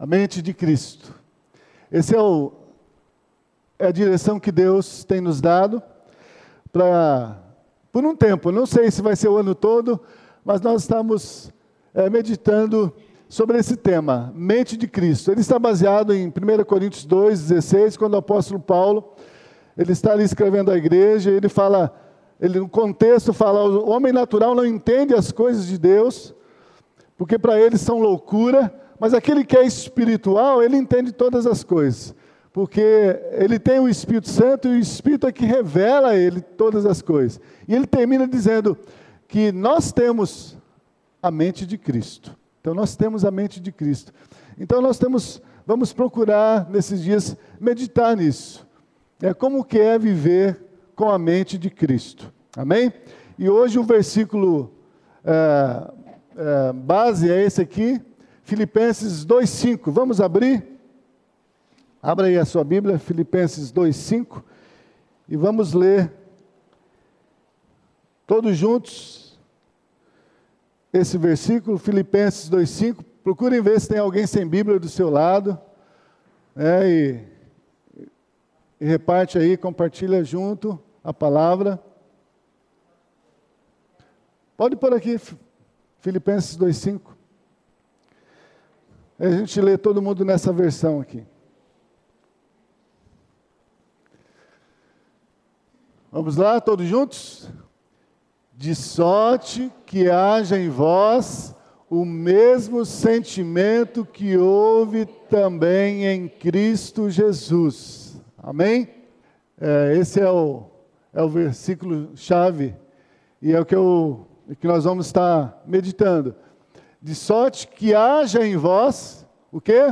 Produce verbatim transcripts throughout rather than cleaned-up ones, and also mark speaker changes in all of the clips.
Speaker 1: mente de Cristo. Esse é, o, é a direção que Deus tem nos dado para, por um tempo, não sei se vai ser o ano todo, mas nós estamos é, meditando sobre esse tema, mente de Cristo. Ele está baseado em primeira Coríntios dois, dezesseis, quando o apóstolo Paulo, ele está ali escrevendo à igreja, ele fala, ele, no contexto fala, o homem natural não entende as coisas de Deus, porque para ele são loucura, mas aquele que é espiritual, ele entende todas as coisas, porque ele tem o Espírito Santo e o Espírito é que revela a ele todas as coisas. E ele termina dizendo que nós temos a mente de Cristo. Então nós temos a mente de Cristo. Então nós temos, vamos procurar nesses dias meditar nisso. É como que é viver com a mente de Cristo. Amém? E hoje o versículo é, é, base é esse aqui, Filipenses dois, cinco. Vamos abrir? Abra aí a sua Bíblia, Filipenses dois, cinco. E vamos ler todos juntos esse versículo, Filipenses dois, cinco. Procurem ver se tem alguém sem Bíblia do seu lado. É, e, e reparte aí, compartilha junto a palavra. Pode pôr aqui, Filipenses dois, cinco. A gente lê todo mundo nessa versão aqui. Vamos lá, todos juntos? De sorte que haja em vós o mesmo sentimento que houve também em Cristo Jesus. Amém? É, esse é o, é o versículo chave e é o que, eu, que nós vamos estar meditando. De sorte que haja em vós o quê?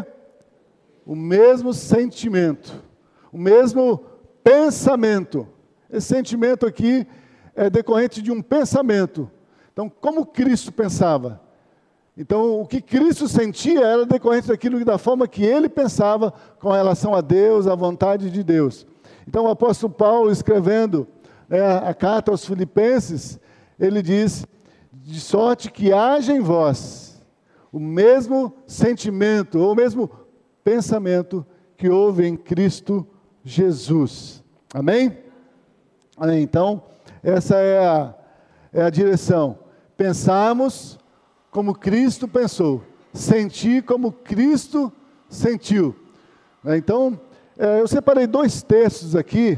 Speaker 1: O mesmo sentimento, o mesmo pensamento. Esse sentimento aqui é decorrente de um pensamento. Então, como Cristo pensava? Então, o que Cristo sentia era decorrente daquilo, da forma que ele pensava com relação a Deus, à vontade de Deus. Então, o apóstolo Paulo, escrevendo né, a carta aos Filipenses, ele diz, de sorte que haja em vós o mesmo sentimento, ou o mesmo pensamento que houve em Cristo Jesus. Amém? Amém. Então, essa é a, é a direção. Pensarmos como Cristo pensou. Sentir como Cristo sentiu. Então, é, eu separei dois textos aqui,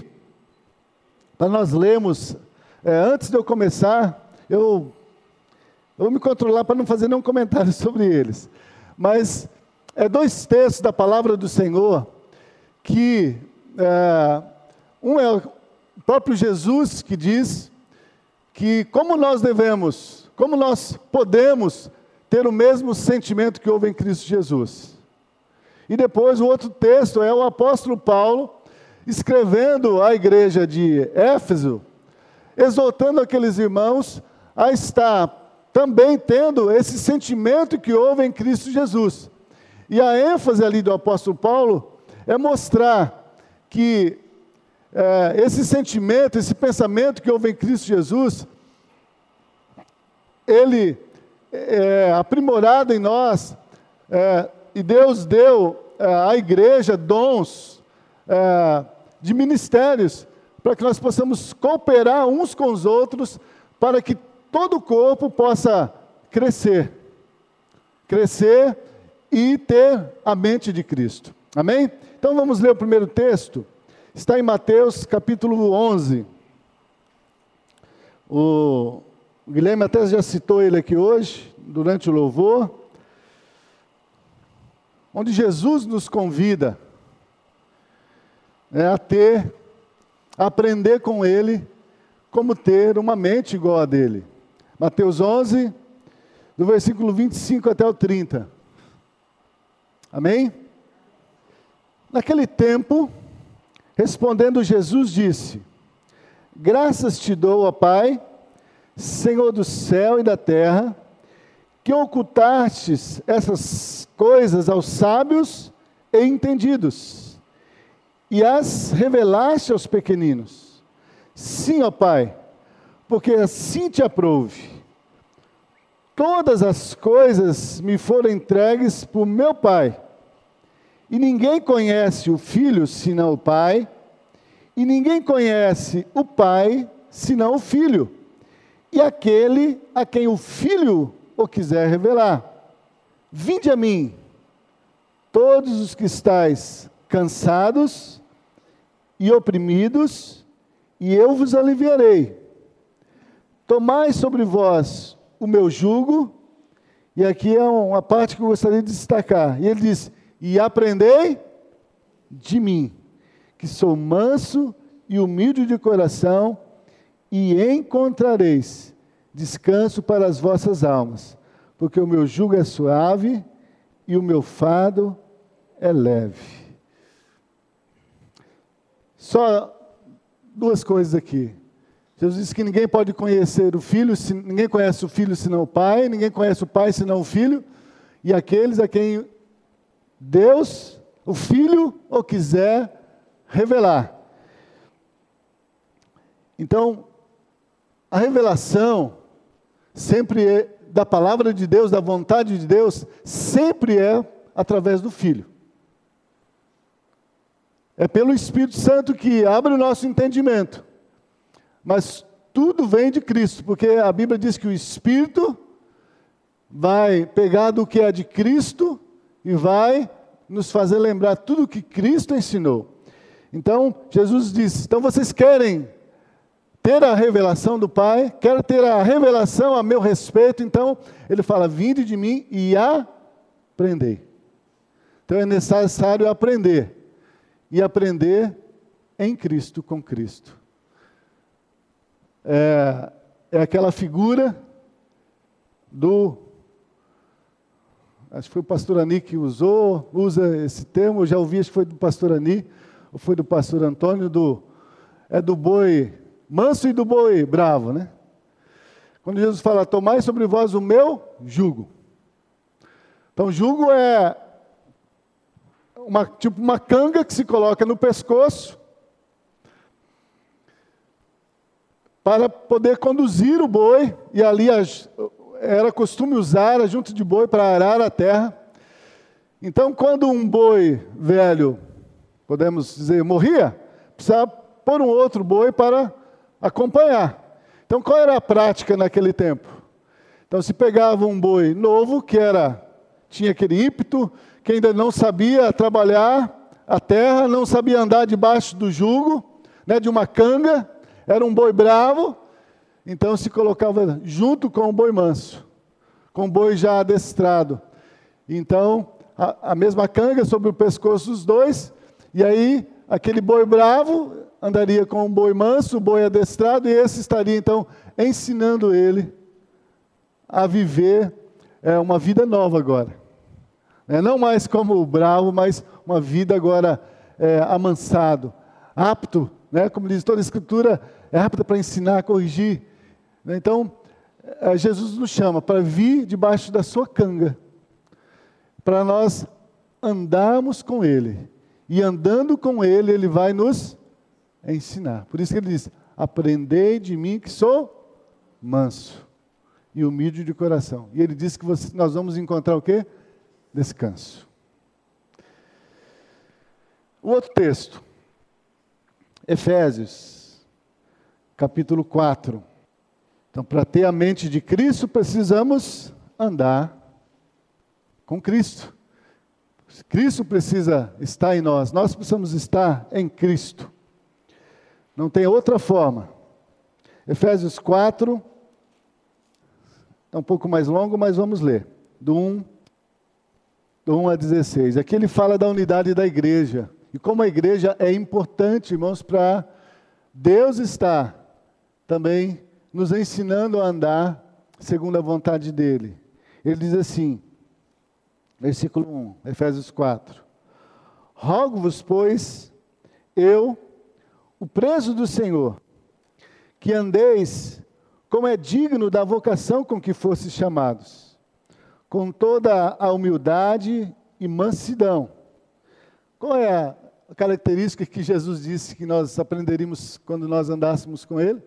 Speaker 1: para nós lermos. É, antes de eu começar, eu, eu vou me controlar para não fazer nenhum comentário sobre eles. Mas, é dois textos da palavra do Senhor, que é, um é o próprio Jesus que diz que como nós devemos, como nós podemos ter o mesmo sentimento que houve em Cristo Jesus. E depois o outro texto é o apóstolo Paulo escrevendo à igreja de Éfeso, exortando aqueles irmãos a estar também tendo esse sentimento que houve em Cristo Jesus. E a ênfase ali do apóstolo Paulo é mostrar que É, esse sentimento, esse pensamento que houve em Cristo Jesus, ele é aprimorado em nós, é, e Deus deu é, à igreja dons é, de ministérios, para que nós possamos cooperar uns com os outros, para que todo o corpo possa crescer, crescer e ter a mente de Cristo. Amém? Então vamos ler o primeiro texto. Está em Mateus capítulo onze. O Guilherme até já citou ele aqui hoje, durante o louvor, onde Jesus nos convida né, a ter, a aprender com ele, como ter uma mente igual a dele. Mateus onze, do versículo vinte e cinco até o trinta. Amém? Naquele tempo, respondendo Jesus disse, graças te dou, ó Pai, Senhor do céu e da terra, que ocultastes essas coisas aos sábios e entendidos, e as revelaste aos pequeninos. Sim, ó Pai, porque assim te aprouve. Todas as coisas me foram entregues por meu Pai, E ninguém conhece o Filho senão o Pai, e ninguém conhece o Pai senão o Filho, e aquele a quem o Filho o quiser revelar. Vinde a mim, todos os que estáis cansados e oprimidos, e eu vos aliviarei. Tomai sobre vós o meu jugo, e aqui é uma parte que eu gostaria de destacar. E ele diz, e aprendei de mim, que sou manso e humilde de coração, e encontrareis descanso para as vossas almas, porque o meu jugo é suave e o meu fardo é leve. Só duas coisas aqui. Jesus disse que ninguém pode conhecer o Filho, ninguém conhece o Filho senão o Pai, ninguém conhece o Pai senão o Filho, e aqueles a quem Deus, o Filho, o quiser revelar. Então, a revelação sempre é da palavra de Deus, da vontade de Deus, sempre é através do Filho. É pelo Espírito Santo que abre o nosso entendimento. Mas tudo vem de Cristo, porque a Bíblia diz que o Espírito vai pegar do que é de Cristo e vai nos fazer lembrar tudo o que Cristo ensinou. Então, Jesus disse, então vocês querem ter a revelação do Pai, querem ter a revelação a meu respeito, então, ele fala, vinde de mim e aprendei. Então é necessário aprender, e aprender em Cristo, com Cristo. É, é aquela figura do, acho que foi o pastor Ani que usou, usa esse termo, eu já ouvi, acho que foi do pastor Ani, ou foi do pastor Antônio, do, é do boi manso e do boi bravo, né? Quando Jesus fala, tomai sobre vós o meu jugo. Então, jugo é uma, tipo uma canga que se coloca no pescoço, para poder conduzir o boi, e ali as, era costume usar a junta de boi para arar a terra. Então, quando um boi velho, podemos dizer, morria, precisava pôr um outro boi para acompanhar. Então, qual era a prática naquele tempo? Então, se pegava um boi novo, que era, tinha aquele ímpeto, que ainda não sabia trabalhar a terra, não sabia andar debaixo do jugo, né, de uma canga, era um boi bravo, então se colocava junto com o boi manso, com o boi já adestrado. Então, a, a mesma canga sobre o pescoço dos dois, e aí aquele boi bravo andaria com o boi manso, o boi adestrado, e esse estaria então ensinando ele a viver é, uma vida nova agora. É, não mais como o bravo, mas uma vida agora é, amansado, apto, né, como diz toda a Escritura, é apta para ensinar, corrigir. Então, Jesus nos chama para vir debaixo da sua canga, para nós andarmos com Ele. E andando com Ele, Ele vai nos ensinar. Por isso que Ele diz, aprendei de mim que sou manso e humilde de coração. E Ele diz que você, nós vamos encontrar o quê? Descanso. O outro texto, Efésios, capítulo quatro. Então, para ter a mente de Cristo, precisamos andar com Cristo. Cristo precisa estar em nós, nós precisamos estar em Cristo. Não tem outra forma. Efésios quatro, é um pouco mais longo, mas vamos ler. Do um, do um a dezesseis. Aqui ele fala da unidade da igreja. E como a igreja é importante, irmãos, para Deus estar também nos ensinando a andar segundo a vontade dEle. Ele diz assim, versículo um, Efésios quatro. Rogo-vos, pois, eu, o preso do Senhor, que andeis como é digno da vocação com que fostes chamados, com toda a humildade e mansidão. Qual é a característica que Jesus disse que nós aprenderíamos quando nós andássemos com Ele?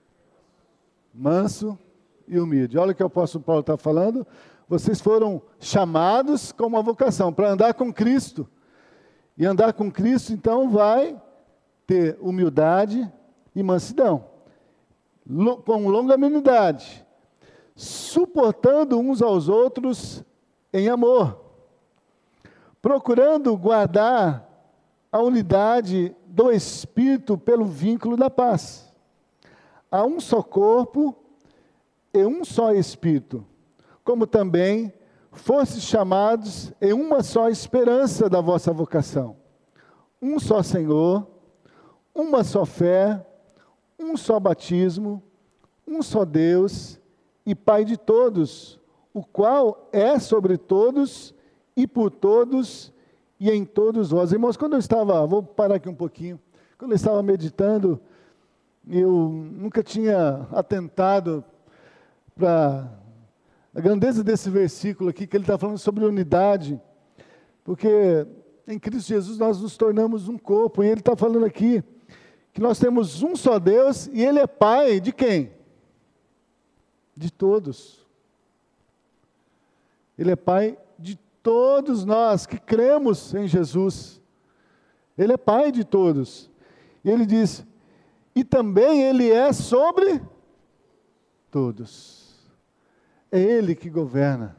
Speaker 1: Manso e humilde. Olha o que o apóstolo Paulo está falando. Vocês foram chamados com uma vocação, para andar com Cristo. E andar com Cristo, então, vai ter humildade e mansidão, com longanimidade, suportando uns aos outros em amor, procurando guardar a unidade do Espírito pelo vínculo da paz. Há um só corpo e um só Espírito, como também fostes chamados em uma só esperança da vossa vocação. Um só Senhor, uma só fé, um só batismo, um só Deus e Pai de todos, o qual é sobre todos e por todos e em todos vós. Irmãos, quando eu estava, vou parar aqui um pouquinho, quando eu estava meditando, eu nunca tinha atentado para a grandeza desse versículo aqui, que ele está falando sobre unidade, porque em Cristo Jesus nós nos tornamos um corpo, e ele está falando aqui que nós temos um só Deus, e ele é Pai de quem? De todos. Ele é Pai de todos nós que cremos em Jesus. Ele é Pai de todos. E ele diz, e também ele é sobre todos. É Ele que governa.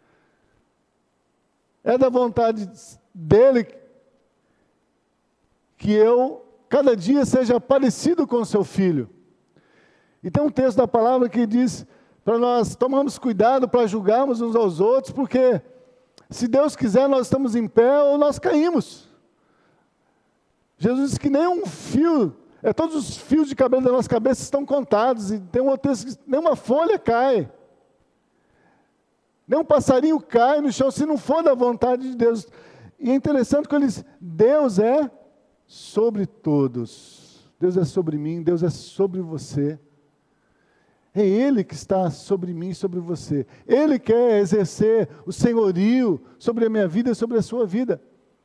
Speaker 1: É da vontade dEle que eu, cada dia, seja parecido com o seu Filho. E tem um texto da palavra que diz para nós tomarmos cuidado para julgarmos uns aos outros, porque se Deus quiser nós estamos em pé ou nós caímos. Jesus disse que nem um fio, é, todos os fios de cabelo da nossa cabeça estão contados, e tem um outro texto que diz, nenhuma folha cai. Nem um passarinho cai no chão se não for da vontade de Deus. E é interessante que ele diz, Deus é sobre todos. Deus é sobre mim, Deus é sobre você. É Ele que está sobre mim e sobre você. Ele quer exercer o senhorio sobre a minha vida e sobre a sua vida.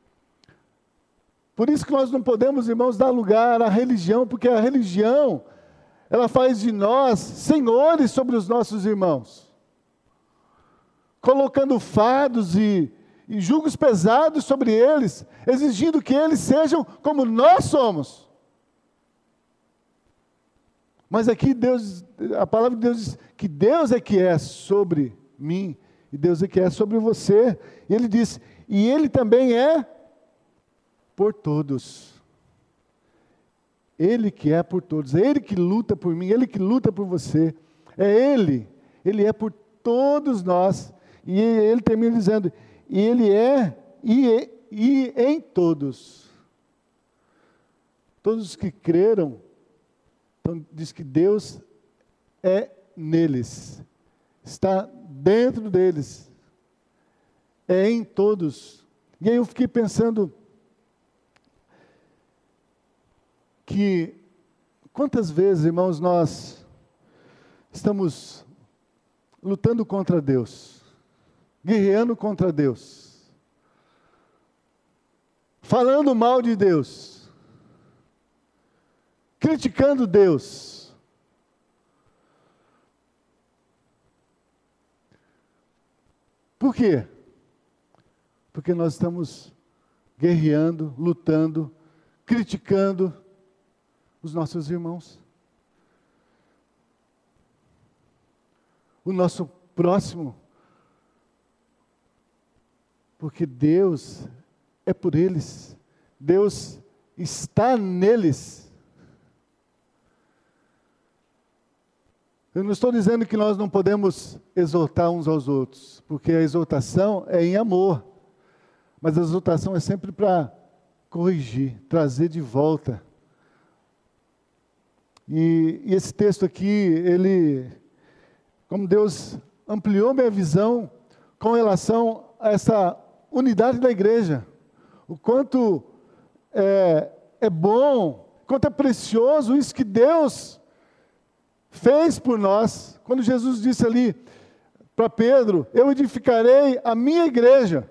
Speaker 1: Por isso que nós não podemos, irmãos, dar lugar à religião, porque a religião, ela faz de nós senhores sobre os nossos irmãos, colocando fardos e, e julgos pesados sobre eles, exigindo que eles sejam como nós somos. Mas aqui Deus, a palavra de Deus diz que Deus é que é sobre mim, e Deus é que é sobre você. E Ele diz, e Ele também é por todos. Ele que é por todos, é Ele que luta por mim, Ele que luta por você. É Ele, Ele é por todos nós. E ele termina dizendo, e ele é, e, e em todos. Todos os que creram, então diz que Deus é neles, está dentro deles, é em todos. E aí eu fiquei pensando que, quantas vezes, irmãos, nós estamos lutando contra Deus, guerreando contra Deus, falando mal de Deus, criticando Deus. Por quê? Porque nós estamos guerreando, lutando, criticando os nossos irmãos, o nosso próximo. Porque Deus é por eles, Deus está neles. Eu não estou dizendo que nós não podemos exortar uns aos outros, porque a exortação é em amor, mas a exortação é sempre para corrigir, trazer de volta. E, e esse texto aqui, ele, como Deus ampliou minha visão com relação a essa unidade da igreja, o quanto é, é bom, quanto é precioso isso que Deus fez por nós, quando Jesus disse ali para Pedro, eu edificarei a minha igreja.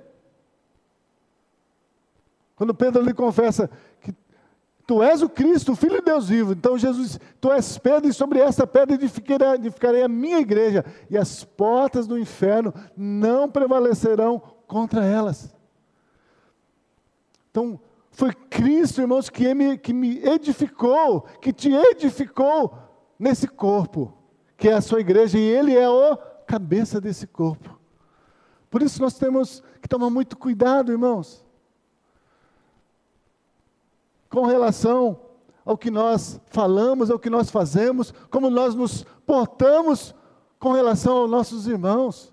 Speaker 1: Quando Pedro lhe confessa que tu és o Cristo, o Filho de Deus vivo, então Jesus diz, tu és Pedro, e sobre essa pedra edificarei, edificarei a minha igreja, e as portas do inferno não prevalecerão contra elas. Então, Foi Cristo, irmãos, que me, que me edificou, que te edificou nesse corpo, que é a sua igreja, e Ele é a cabeça desse corpo. Por isso nós temos que tomar muito cuidado, irmãos, com relação ao que nós falamos, ao que nós fazemos, como nós nos portamos com relação aos nossos irmãos.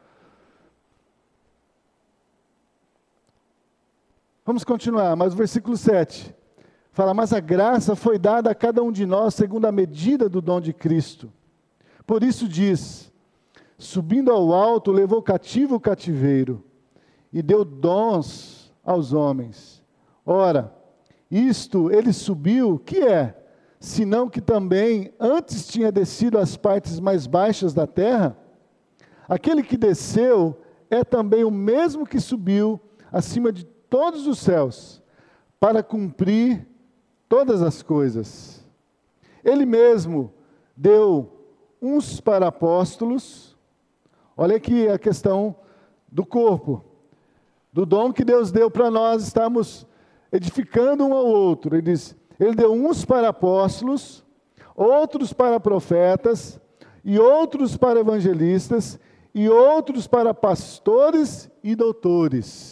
Speaker 1: Vamos continuar, mas o versículo sete fala: mas a graça foi dada a cada um de nós segundo a medida do dom de Cristo. Por isso diz: subindo ao alto, levou cativo o cativeiro e deu dons aos homens. Ora, isto ele subiu, que é? Senão que também antes tinha descido às partes mais baixas da terra? Aquele que desceu é também o mesmo que subiu acima de todos os céus, para cumprir todas as coisas. Ele mesmo deu uns para apóstolos. Olha aqui a questão do corpo, do dom que Deus deu para nós estarmos edificando um ao outro. Ele diz, ele deu uns para apóstolos, outros para profetas, e outros para evangelistas, e outros para pastores e doutores,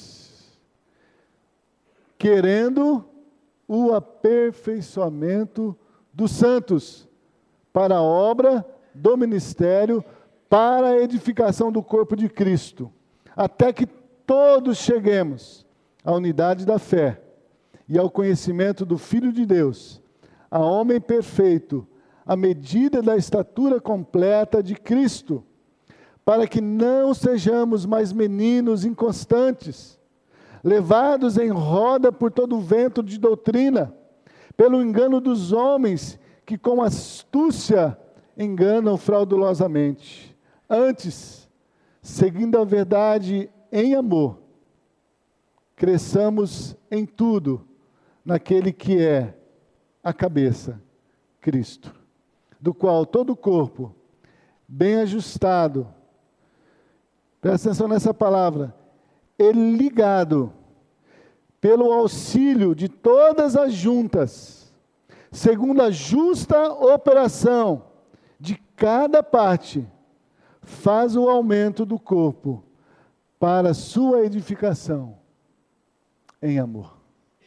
Speaker 1: querendo o aperfeiçoamento dos santos, para a obra do ministério, para a edificação do corpo de Cristo, até que todos cheguemos à unidade da fé e ao conhecimento do Filho de Deus, a homem perfeito, à medida da estatura completa de Cristo, para que não sejamos mais meninos inconstantes, levados em roda por todo o vento de doutrina, pelo engano dos homens que com astúcia enganam fraudulosamente. Antes, seguindo a verdade em amor, cresçamos em tudo naquele que é a cabeça, Cristo, do qual todo o corpo, bem ajustado, presta atenção nessa palavra, ele ligado pelo auxílio de todas as juntas, segundo a justa operação de cada parte, faz o aumento do corpo para sua edificação em amor.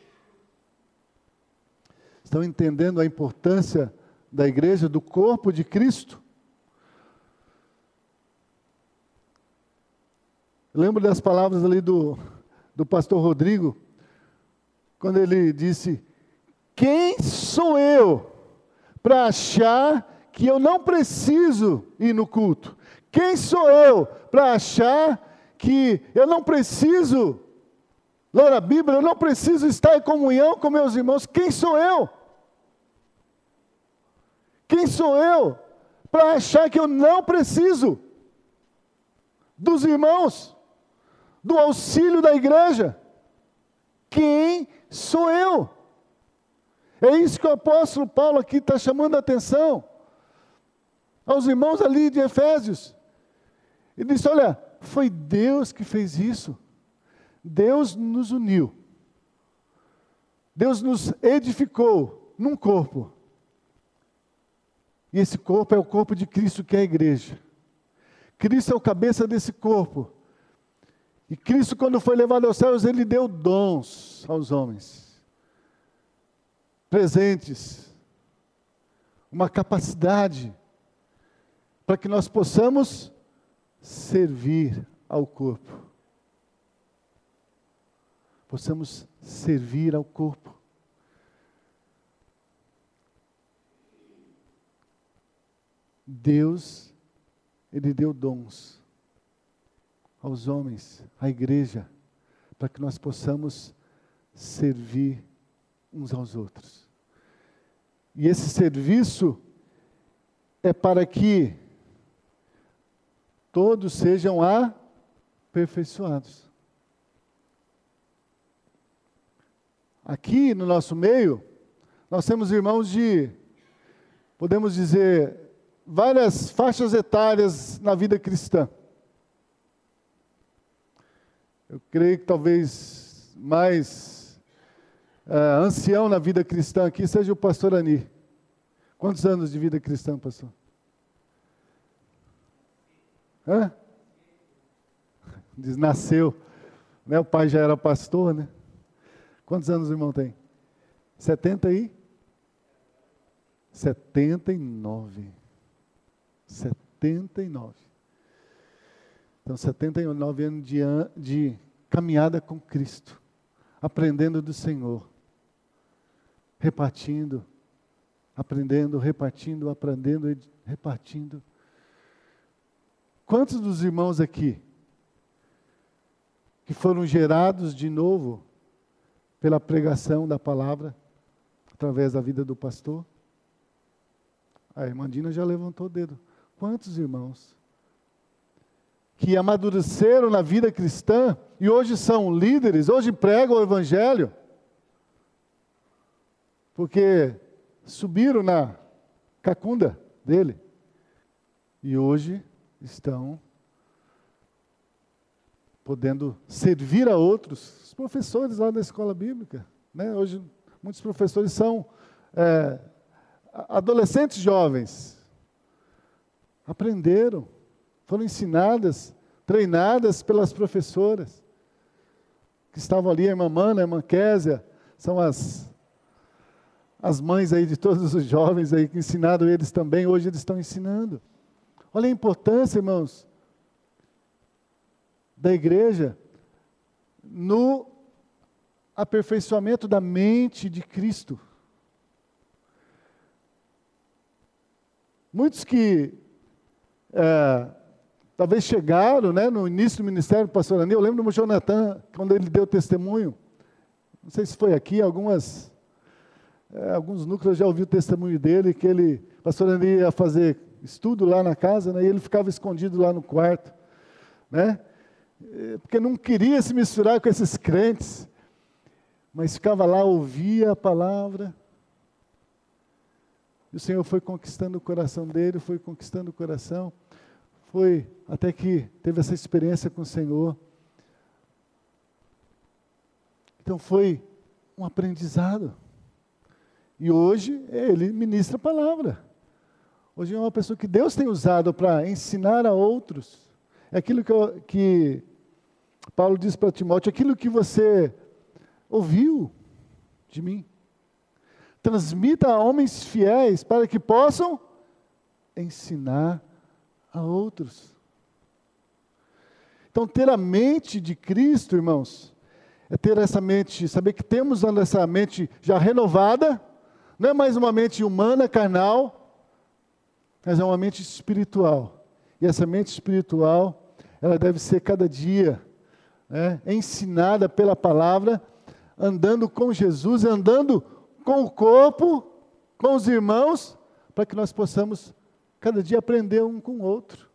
Speaker 1: Estão entendendo a importância da igreja, do corpo de Cristo? Lembro das palavras ali do, do pastor Rodrigo, quando ele disse, quem sou eu para achar que eu não preciso ir no culto? Quem sou eu para achar que eu não preciso ler a Bíblia, eu não preciso estar em comunhão com meus irmãos? Quem sou eu? Quem sou eu para achar que eu não preciso dos irmãos, do auxílio da igreja? Quem sou eu? É isso que o apóstolo Paulo aqui está chamando a atenção aos irmãos ali de Efésios. Ele disse, olha, foi Deus que fez isso. Deus nos uniu. Deus nos edificou num corpo. E esse corpo é o corpo de Cristo, que é a igreja. Cristo é o cabeça desse corpo. E Cristo, quando foi levado aos céus, Ele deu dons aos homens. Presentes. Uma capacidade para que nós possamos servir ao corpo. Possamos servir ao corpo. Deus, Ele deu dons aos homens, à igreja, para que nós possamos servir uns aos outros. E esse serviço é para que todos sejam aperfeiçoados. Aqui no nosso meio, nós temos irmãos de, podemos dizer, várias faixas etárias na vida cristã. Eu creio que talvez mais uh, ancião na vida cristã aqui seja o pastor Ani. Quantos anos de vida cristã, pastor? Hã? Diz, nasceu. Né? O pai já era pastor, né? Quantos anos o irmão tem? setenta e? setenta e nove. setenta e nove. Então, setenta e nove anos de, de caminhada com Cristo, aprendendo do Senhor, repartindo, aprendendo, repartindo, aprendendo, repartindo. Quantos dos irmãos aqui que foram gerados de novo pela pregação da palavra, através da vida do pastor? A irmã Dina já levantou o dedo. Quantos irmãos que amadureceram na vida cristã e hoje são líderes, hoje pregam o evangelho, porque subiram na cacunda dele e hoje estão podendo servir a outros. Os professores lá da escola bíblica, né? Hoje muitos professores são é, adolescentes jovens, aprenderam, foram ensinadas, treinadas pelas professoras, que estavam ali, a irmã Mana, a irmã Késia, são as, as mães aí de todos os jovens aí, que ensinaram eles também, hoje eles estão ensinando. Olha a importância, irmãos, da igreja no aperfeiçoamento da mente de Cristo. Muitos que é, talvez chegaram, né, no início do ministério do pastor Ani, eu lembro do Jonathan, quando ele deu testemunho, não sei se foi aqui, algumas, é, alguns núcleos já ouviu o testemunho dele, que ele, o pastor Ani ia fazer estudo lá na casa, né, e ele ficava escondido lá no quarto, né, porque não queria se misturar com esses crentes, mas ficava lá, ouvia a palavra. E o Senhor foi conquistando o coração dele, foi conquistando o coração, foi até que teve essa experiência com o Senhor. Então foi um aprendizado. E hoje ele ministra a palavra. Hoje é uma pessoa que Deus tem usado para ensinar a outros. É aquilo que, eu, que Paulo diz para Timóteo, aquilo que você ouviu de mim. Transmita a homens fiéis para que possam ensinar a outros. Então, ter a mente de Cristo, irmãos, é ter essa mente, saber que temos essa mente já renovada, não é mais uma mente humana, carnal, mas é uma mente espiritual. E essa mente espiritual, ela deve ser cada dia, né, ensinada pela palavra, andando com Jesus, andando com o corpo, com os irmãos, para que nós possamos cada dia aprender um com o outro.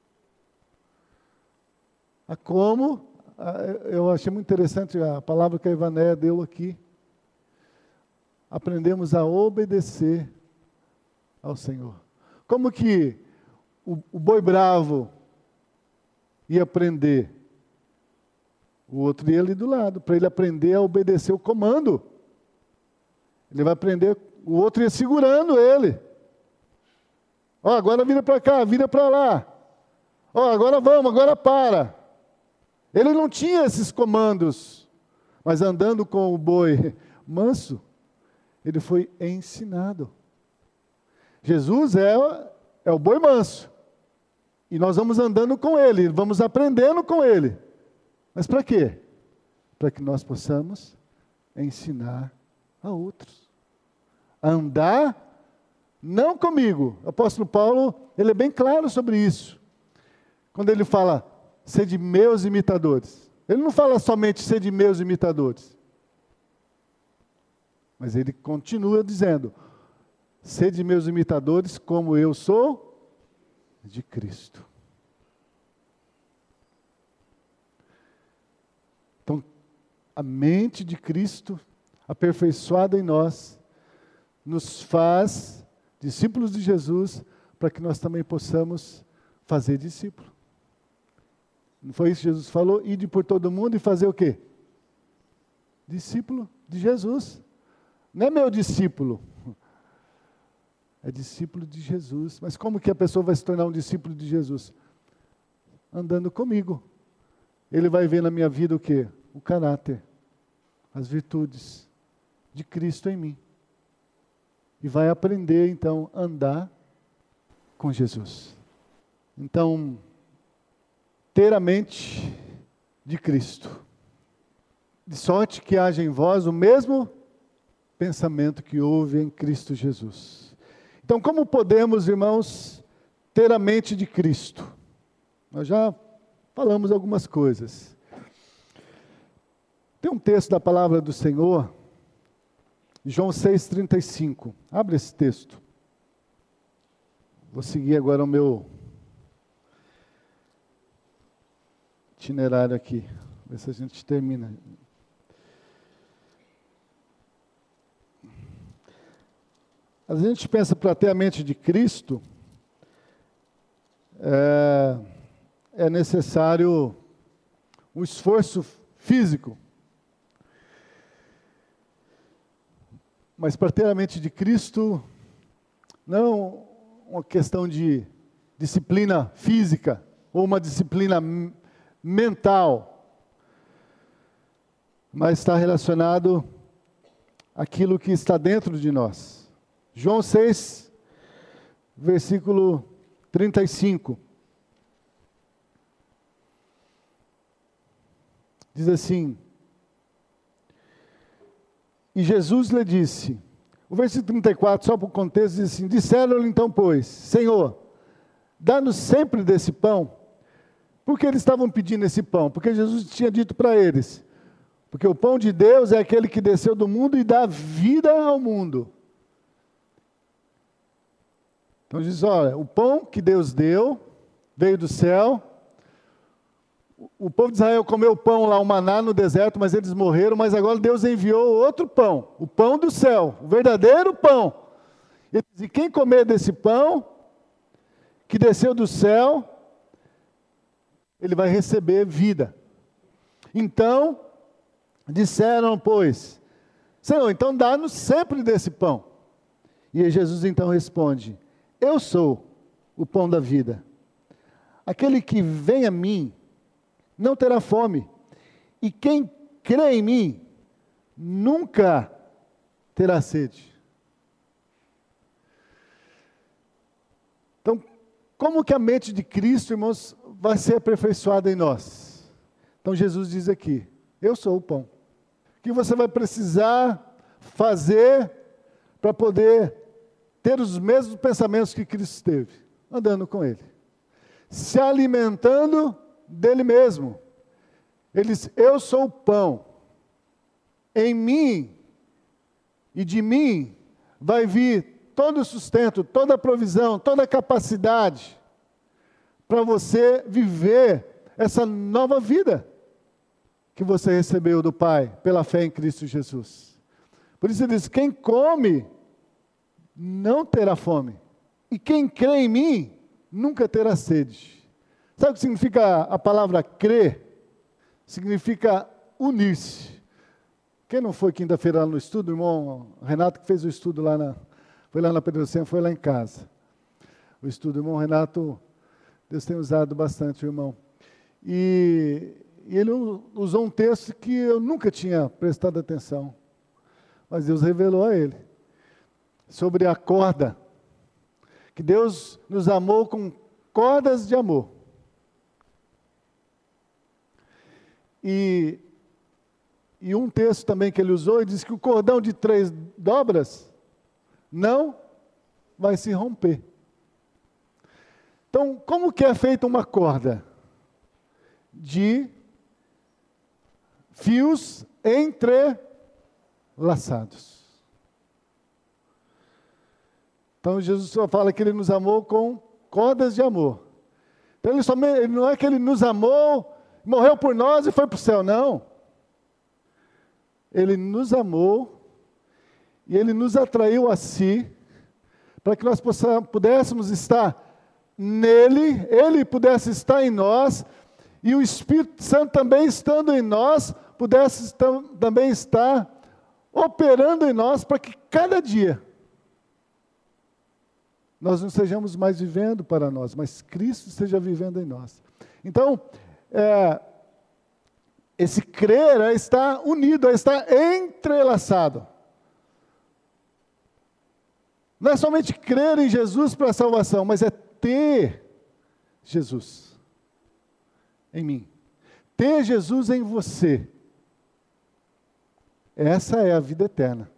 Speaker 1: A como, eu achei muito interessante a palavra que a Ivanéia deu aqui. Aprendemos a obedecer ao Senhor. Como que o, o boi bravo ia aprender? O outro ia ali do lado, para ele aprender a obedecer o comando. Ele vai aprender, o outro ia segurando ele. Ó, agora vira para cá, vira para lá. Ó, agora vamos, agora para. Ele não tinha esses comandos, mas andando com o boi manso, ele foi ensinado. Jesus é, é o boi manso. E nós vamos andando com ele, vamos aprendendo com ele. Mas para quê? Para que nós possamos ensinar a outros. Andar, não comigo. O apóstolo Paulo, ele é bem claro sobre isso. Quando ele fala, sede meus imitadores. Ele não fala somente sede meus imitadores. Mas ele continua dizendo, sede meus imitadores como eu sou de Cristo. Então, a mente de Cristo, aperfeiçoada em nós, nos faz discípulos de Jesus, para que nós também possamos fazer discípulo. Não foi isso que Jesus falou? Ide por todo mundo e fazer o quê? Discípulo de Jesus. Não é meu discípulo. É discípulo de Jesus. Mas como que a pessoa vai se tornar um discípulo de Jesus? Andando comigo. Ele vai ver na minha vida o quê? O caráter, as virtudes de Cristo em mim. E vai aprender, então, a andar com Jesus. Então, ter a mente de Cristo. De sorte que haja em vós o mesmo pensamento que houve em Cristo Jesus. Então, como podemos, irmãos, ter a mente de Cristo? Nós já falamos algumas coisas. Tem um texto da palavra do Senhor, João seis, trinta e cinco. Abre esse texto. Vou seguir agora o meu itinerário aqui. Ver se a gente termina. A gente pensa para ter a mente de Cristo, é, é necessário um esforço físico. Mas para ter a mente de Cristo, não uma questão de disciplina física, ou uma disciplina mental, mas está relacionado àquilo que está dentro de nós. João seis, versículo trinta e cinco. Diz assim: e Jesus lhe disse, o versículo trinta e quatro, só para o contexto, diz assim: disseram-lhe então, pois, Senhor, dá-nos sempre desse pão. Por que eles estavam pedindo esse pão? Porque Jesus tinha dito para eles, porque o pão de Deus é aquele que desceu do mundo e dá vida ao mundo. Então diz, olha, o pão que Deus deu, veio do céu. O povo de Israel comeu pão lá, o maná no deserto, mas eles morreram, mas agora Deus enviou outro pão, o pão do céu, o verdadeiro pão. Ele diz, e quem comer desse pão, que desceu do céu, ele vai receber vida. Então, disseram, pois, Senhor, então dá-nos sempre desse pão. E Jesus então responde, eu sou o pão da vida. Aquele que vem a mim não terá fome. E quem crê em mim nunca terá sede. Então, como que a mente de Cristo, irmãos, vai ser aperfeiçoada em nós? Então Jesus diz aqui, eu sou o pão. O que você vai precisar fazer para poder ter os mesmos pensamentos que Cristo teve, andando com Ele, se alimentando dele mesmo. Ele diz, eu sou o pão, em mim e de mim vai vir todo o sustento, toda a provisão, toda a capacidade para você viver essa nova vida que você recebeu do Pai pela fé em Cristo Jesus. Por isso ele diz, quem come não terá fome. E quem crê em mim, nunca terá sede. Sabe o que significa a palavra crer? Significa unir-se. Quem não foi quinta-feira lá no estudo, o irmão Renato que fez o estudo lá na... Foi lá na Pedro Lucena, foi lá em casa. O estudo, o irmão Renato, Deus tem usado bastante, irmão. E, e ele usou um texto que eu nunca tinha prestado atenção. Mas Deus revelou a ele. Sobre a corda, que Deus nos amou com cordas de amor. E, e um texto também que ele usou, ele diz que o cordão de três dobras não vai se romper. Então, como que é feita uma corda? De fios entrelaçados. Então Jesus só fala que Ele nos amou com cordas de amor. Então ele, somente, ele não é que Ele nos amou, morreu por nós e foi para o céu, não. Ele nos amou e Ele nos atraiu a si, para que nós possamos, pudéssemos estar nele, Ele pudesse estar em nós, e o Espírito Santo também estando em nós, pudesse tam, também estar operando em nós para que cada dia nós não sejamos mais vivendo para nós, mas Cristo esteja vivendo em nós. Então, é, esse crer é estar unido, é estar entrelaçado. Não é somente crer em Jesus para a salvação, mas é ter Jesus em mim. Ter Jesus em você. Essa é a vida eterna.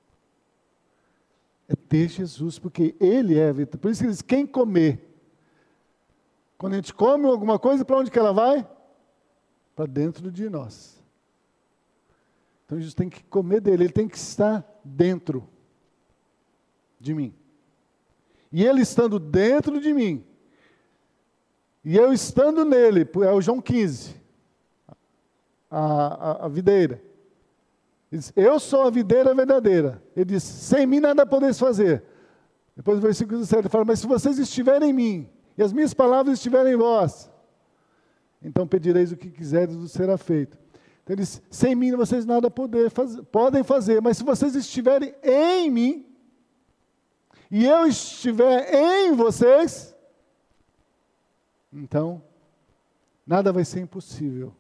Speaker 1: É ter Jesus, porque Ele é a vida. Por isso que ele diz, quem comer. Quando a gente come alguma coisa, para onde que ela vai? Para dentro de nós. Então Jesus tem que comer dele, ele tem que estar dentro de mim. E ele estando dentro de mim, e eu estando nele, é o João quinze, a, a, a videira. Ele diz, eu sou a videira verdadeira. Ele diz, sem mim nada podeis fazer. Depois o versículo dezessete fala, mas se vocês estiverem em mim, e as minhas palavras estiverem em vós, então pedireis o que quiseres, vos será feito. Então ele diz, sem mim vocês nada poder fazer, podem fazer, mas se vocês estiverem em mim, e eu estiver em vocês, então, nada vai ser impossível.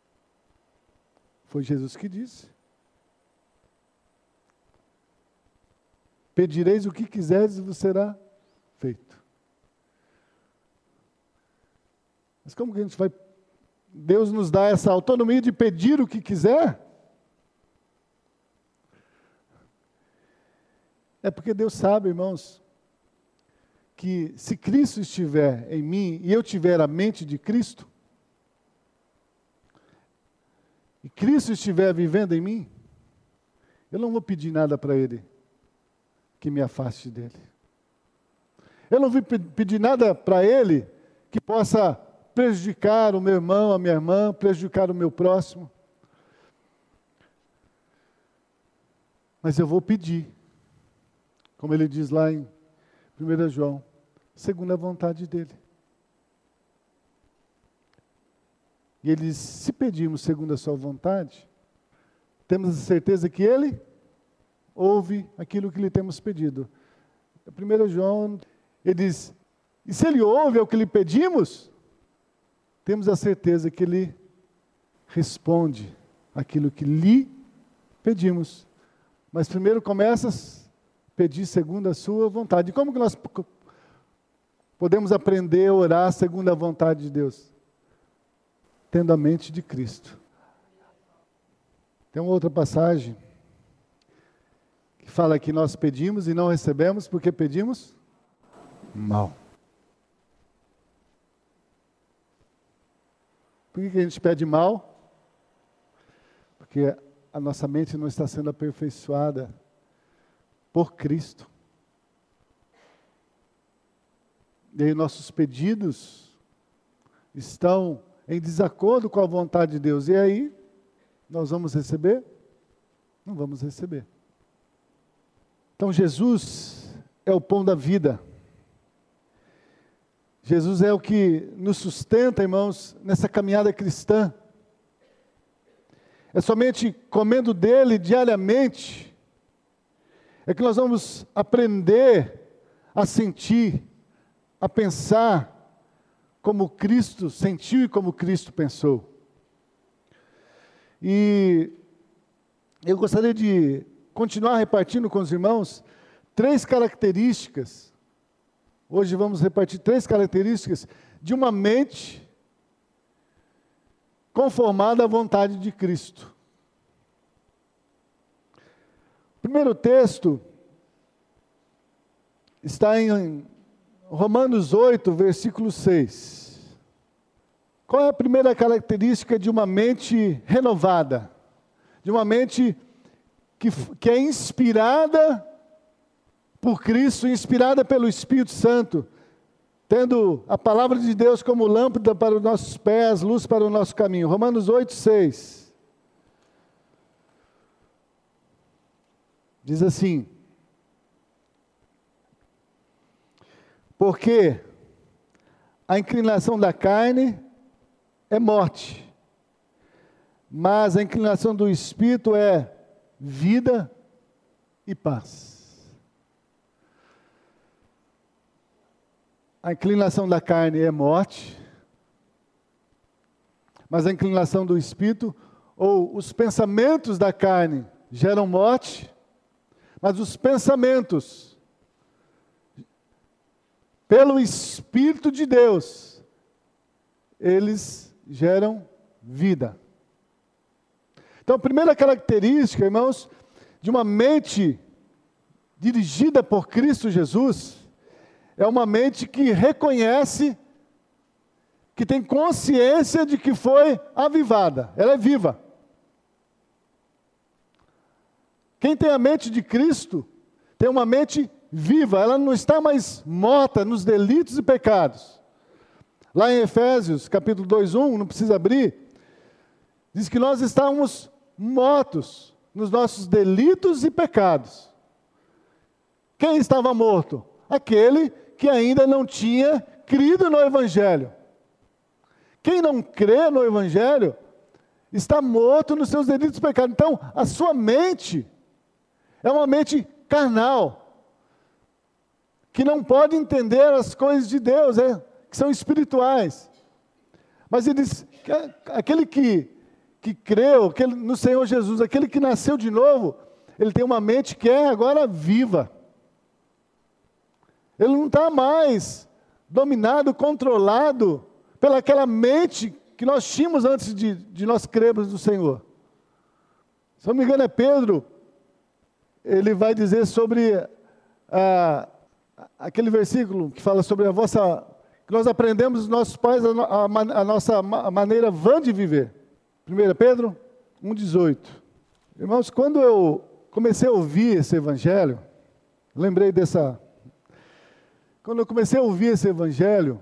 Speaker 1: Foi Jesus que disse. Pedireis o que quiseres e vos será feito. Mas como que a gente vai... Deus nos dá essa autonomia de pedir o que quiser? É porque Deus sabe, irmãos, que se Cristo estiver em mim e eu tiver a mente de Cristo, e Cristo estiver vivendo em mim, eu não vou pedir nada para Ele que me afaste dele. Eu não vou pedir nada para Ele que possa prejudicar o meu irmão, a minha irmã, prejudicar o meu próximo. Mas eu vou pedir, como ele diz lá em primeiro João, segundo a vontade dele. E ele diz, se pedirmos segundo a sua vontade, temos a certeza que ele ouve aquilo que lhe temos pedido. primeiro João, ele diz, e se ele ouve o que lhe pedimos, temos a certeza que ele responde aquilo que lhe pedimos. Mas primeiro começa a pedir segundo a sua vontade. E como que nós podemos aprender a orar segundo a vontade de Deus? Tendo a mente de Cristo. Tem uma outra passagem que fala que nós pedimos e não recebemos porque pedimos mal. Por que a gente pede mal? Porque a nossa mente não está sendo aperfeiçoada por Cristo. E aí nossos pedidos estão em desacordo com a vontade de Deus. E aí, nós vamos receber? Não vamos receber. Então Jesus é o pão da vida. Jesus é o que nos sustenta, irmãos, nessa caminhada cristã. É somente comendo dele diariamente é que nós vamos aprender a sentir, a pensar como Cristo sentiu e como Cristo pensou. E eu gostaria de continuar repartindo com os irmãos três características. Hoje vamos repartir três características de uma mente conformada à vontade de Cristo. O primeiro texto está em Romanos oito, versículo seis. Qual é a primeira característica de uma mente renovada? De uma mente que, que é inspirada por Cristo, inspirada pelo Espírito Santo, tendo a palavra de Deus como lâmpada para os nossos pés, luz para o nosso caminho. Romanos oito, seis. Diz assim: porque a inclinação da carne é morte, mas a inclinação do Espírito é vida e paz. A inclinação da carne é morte, mas a inclinação do espírito, ou os pensamentos da carne, geram morte, mas os pensamentos, pelo Espírito de Deus, eles geram vida. Então, a primeira característica, irmãos, de uma mente dirigida por Cristo Jesus, é uma mente que reconhece, que tem consciência de que foi avivada, ela é viva. Quem tem a mente de Cristo, tem uma mente viva, ela não está mais morta nos delitos e pecados. Lá em Efésios, capítulo dois, um, não precisa abrir, diz que nós estávamos mortos nos nossos delitos e pecados. Quem estava morto? Aquele que ainda não tinha crido no Evangelho. Quem não crê no Evangelho, está morto nos seus delitos e pecados. Então, a sua mente é uma mente carnal, que não pode entender as coisas de Deus, é, que são espirituais. Mas ele diz, que aquele que, que creu aquele, no Senhor Jesus, aquele que nasceu de novo, ele tem uma mente que é agora viva. Ele não está mais dominado, controlado pelaquela mente que nós tínhamos antes de, de nós crermos no Senhor. Se não me engano é Pedro, ele vai dizer sobre ah, aquele versículo que fala sobre a vossa, que nós aprendemos dos nossos pais a, a, a nossa a maneira vã de viver. primeiro Pedro um, dezoito. Irmãos, quando eu comecei a ouvir esse evangelho, lembrei dessa, quando eu comecei a ouvir esse evangelho,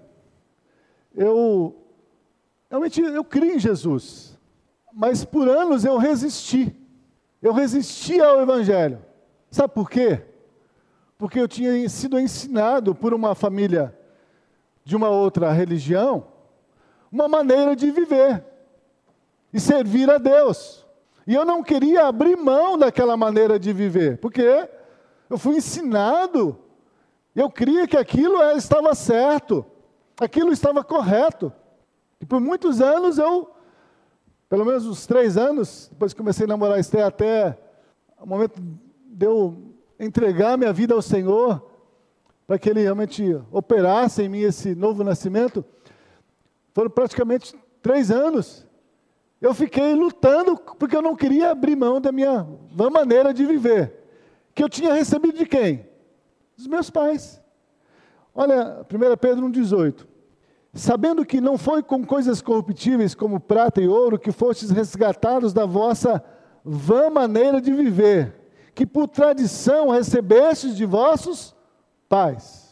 Speaker 1: eu, realmente eu criei em Jesus, mas por anos eu resisti, eu resisti ao evangelho. Sabe por quê? Porque eu tinha sido ensinado por uma família de uma outra religião, uma maneira de viver e servir a Deus. E eu não queria abrir mão daquela maneira de viver, porque eu fui ensinado, eu cria que aquilo estava certo, aquilo estava correto. E por muitos anos eu, pelo menos uns três anos, depois que comecei a namorar a Esther, até o momento de eu entregar minha vida ao Senhor, para que Ele realmente operasse em mim esse novo nascimento, foram praticamente três anos. Eu fiquei lutando, porque eu não queria abrir mão da minha maneira de viver, que eu tinha recebido de quem? Dos meus pais. Olha, primeiro Pedro um, dezoito. Sabendo que não foi com coisas corruptíveis como prata e ouro que fostes resgatados da vossa vã maneira de viver, que por tradição recebestes de vossos pais.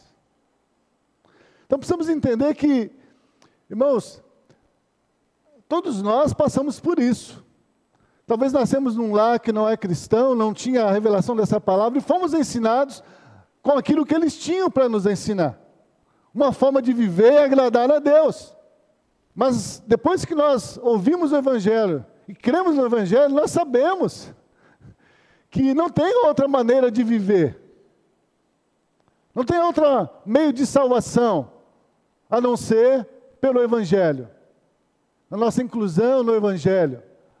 Speaker 1: Então precisamos entender que, irmãos, todos nós passamos por isso. Talvez nascemos num lar que não é cristão, não tinha a revelação dessa palavra, e fomos ensinados com aquilo que eles tinham para nos ensinar. Uma forma de viver e agradar a Deus. Mas depois que nós ouvimos o Evangelho e cremos no Evangelho, nós sabemos que não tem outra maneira de viver. Não tem outro meio de salvação, a não ser pelo Evangelho. A nossa inclusão no Evangelho.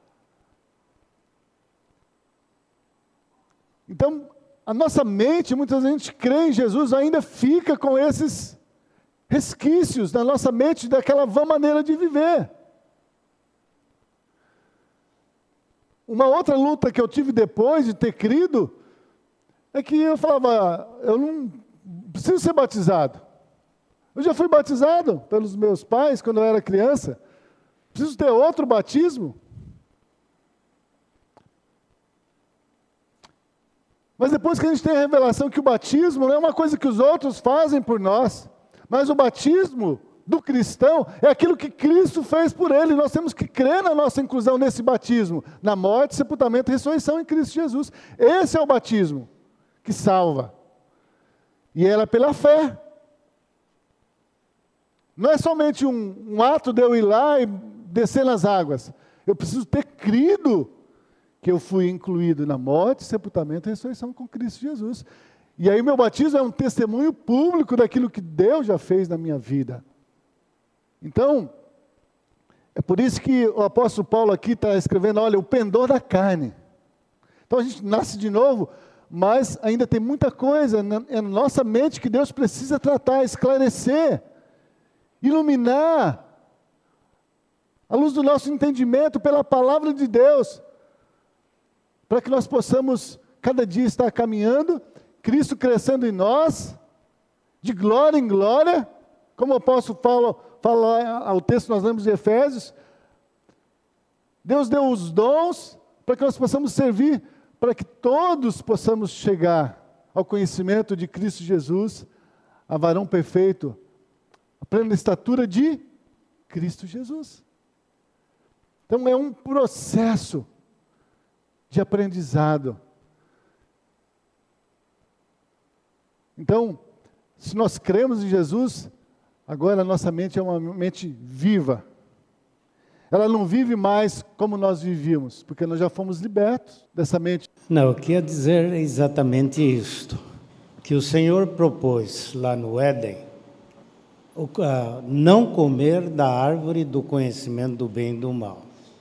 Speaker 1: Então, a nossa mente, muitas vezes a gente crê em Jesus, ainda fica com esses resquícios na nossa mente daquela vã maneira de viver. Uma outra luta que eu tive depois de ter crido, é que eu falava, eu não preciso ser batizado. Eu já fui batizado pelos meus pais quando eu era criança. Preciso ter outro batismo? Mas depois que a gente tem a revelação que o batismo não é uma coisa que os outros fazem por nós, mas o batismo do cristão é aquilo que Cristo fez por ele. Nós temos que crer na nossa inclusão nesse batismo, na morte, sepultamento e ressurreição em Cristo Jesus. Esse é o batismo que salva. E ela é pela fé. Não é somente um, um ato de eu ir lá e descer nas águas. Eu preciso ter crido que eu fui incluído na morte, sepultamento e ressurreição com Cristo Jesus. E aí meu batismo é um testemunho público daquilo que Deus já fez na minha vida. Então, é por isso que o apóstolo Paulo aqui está escrevendo, olha, o pendor da carne. Então a gente nasce de novo, mas ainda tem muita coisa na, na nossa mente que Deus precisa tratar, esclarecer, iluminar, à luz do nosso entendimento pela palavra de Deus, para que nós possamos cada dia estar caminhando, Cristo crescendo em nós, de glória em glória, como o apóstolo Paulo fala ao texto que nós lemos de Efésios. Deus deu os dons para que nós possamos servir, para que todos possamos chegar ao conhecimento de Cristo Jesus, a varão perfeito, a plena estatura de Cristo Jesus. Então é um processo de aprendizado. Então, se nós cremos em Jesus, agora a nossa mente é uma mente viva. Ela não vive mais como nós vivíamos, porque nós já fomos libertos dessa mente.
Speaker 2: Não, eu queria dizer exatamente isto, que o Senhor propôs lá no Éden, o, uh, não comer da árvore do conhecimento do bem e do mal.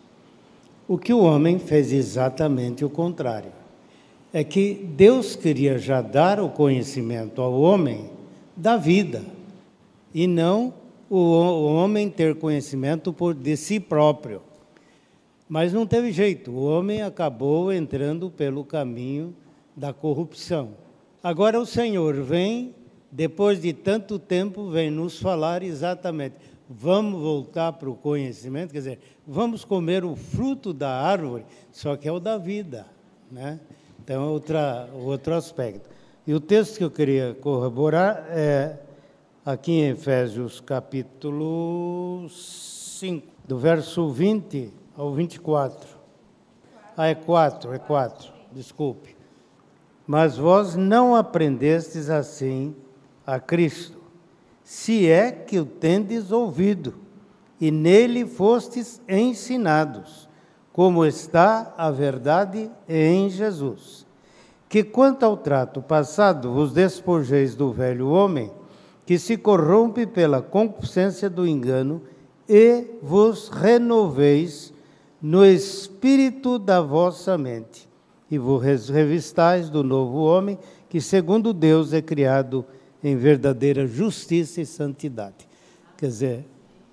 Speaker 2: O que o homem fez exatamente o contrário. É que Deus queria já dar o conhecimento ao homem da vida, e não o, o homem ter conhecimento por, de si próprio. Mas não teve jeito, o homem acabou entrando pelo caminho da corrupção. Agora o Senhor vem, depois de tanto tempo, vem nos falar exatamente, vamos voltar para o conhecimento, quer dizer, vamos comer o fruto da árvore, só que é o da vida, né? Então, é outra, outro aspecto. E o texto que eu queria corroborar é aqui em Efésios capítulo cinco, do verso vinte ao vinte e quatro. Ah, é quatro, é quatro, desculpe. Mas vós não aprendestes assim a Cristo, se é que o tendes ouvido, e nele fostes ensinados, como está a verdade em Jesus. Que quanto ao trato passado, vos despojeis do velho homem, que se corrompe pela concupiscência do engano, e vos renoveis no espírito da vossa mente, e vos revistais do novo homem, que segundo Deus é criado em verdadeira justiça e santidade. Quer dizer,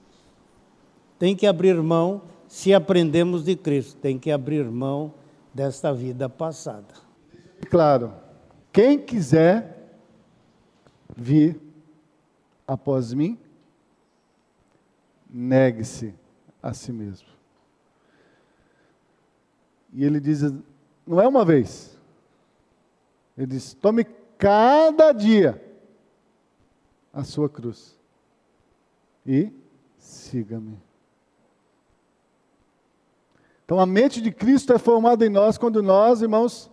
Speaker 2: tem que abrir mão, se aprendemos de Cristo, tem que abrir mão desta vida passada.
Speaker 1: Claro, quem quiser vir após mim, negue-se a si mesmo. E ele diz, não é uma vez, ele diz, tome cada dia a sua cruz e siga-me. Então a mente de Cristo é formada em nós quando nós, irmãos,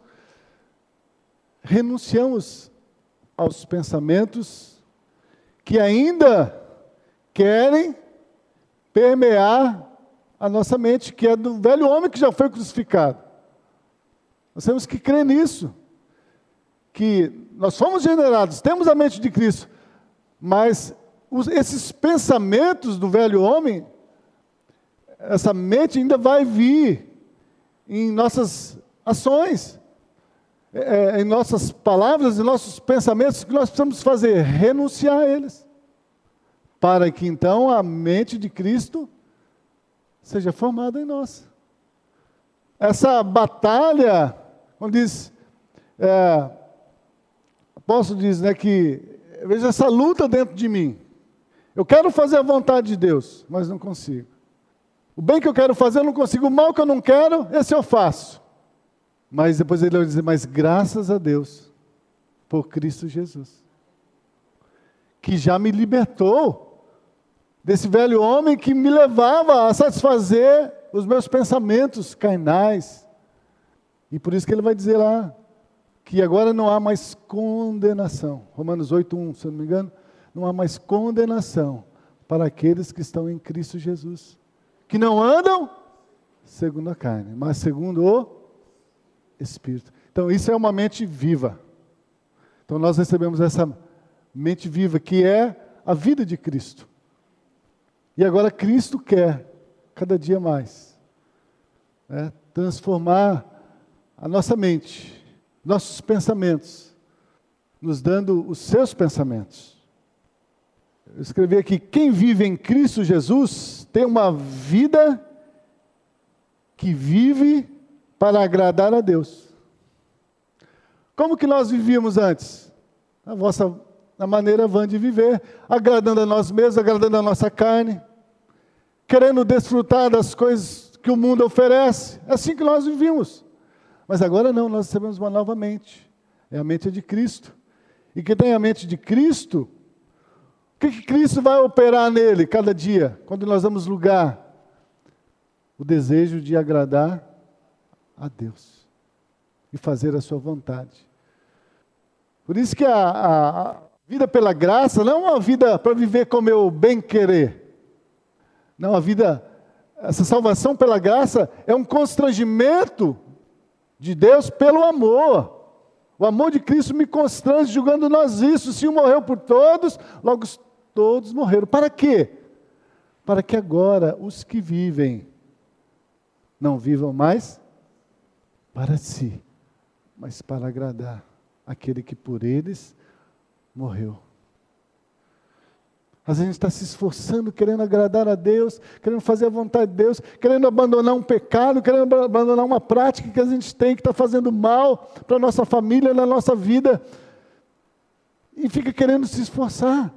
Speaker 1: renunciamos aos pensamentos que ainda querem permear a nossa mente, que é do velho homem que já foi crucificado. Nós temos que crer nisso, que nós fomos generados, temos a mente de Cristo, mas os, esses pensamentos do velho homem, essa mente ainda vai vir em nossas ações, é, em nossas palavras, em nossos pensamentos, que nós precisamos fazer, renunciar a eles, para que então a mente de Cristo seja formada em nós. Essa batalha, quando diz, é, o apóstolo diz, né, que veja essa luta dentro de mim. Eu quero fazer a vontade de Deus, mas não consigo. O bem que eu quero fazer eu não consigo, o mal que eu não quero, esse eu faço. Mas depois ele vai dizer, mas graças a Deus, por Cristo Jesus, que já me libertou desse velho homem que me levava a satisfazer os meus pensamentos carnais. E por isso que ele vai dizer lá, que agora não há mais condenação. Romanos oito, um, se eu não me engano, não há mais condenação para aqueles que estão em Cristo Jesus, que não andam segundo a carne, mas segundo o espírito. Então, isso é uma mente viva. Então, nós recebemos essa mente viva, que é a vida de Cristo. E agora Cristo quer, cada dia mais, né, transformar a nossa mente, nossos pensamentos, nos dando os seus pensamentos. Eu escrevi aqui: quem vive em Cristo Jesus tem uma vida que vive para agradar a Deus. Como que nós vivíamos antes? A vossa a maneira vã de viver, agradando a nós mesmos, agradando a nossa carne, querendo desfrutar das coisas que o mundo oferece. É assim que nós vivíamos. Mas agora não, nós recebemos uma nova mente. É a mente de Cristo. E quem tem a mente de Cristo, o que, que Cristo vai operar nele cada dia, quando nós damos lugar? O desejo de agradar a Deus e fazer a sua vontade. Por isso que a, a, a vida pela graça não é uma vida para viver com meu bem querer. Não, a vida, essa salvação pela graça é um constrangimento de Deus pelo amor. O amor de Cristo me constrange, julgando nós isso. Se um morreu por todos, logo todos morreram. Para quê? Para que agora os que vivem não vivam mais para si, mas para agradar aquele que por eles morreu. Às vezes a gente está se esforçando, querendo agradar a Deus, querendo fazer a vontade de Deus, querendo abandonar um pecado, querendo abandonar uma prática que a gente tem, que está fazendo mal para a nossa família, na nossa vida, e fica querendo se esforçar.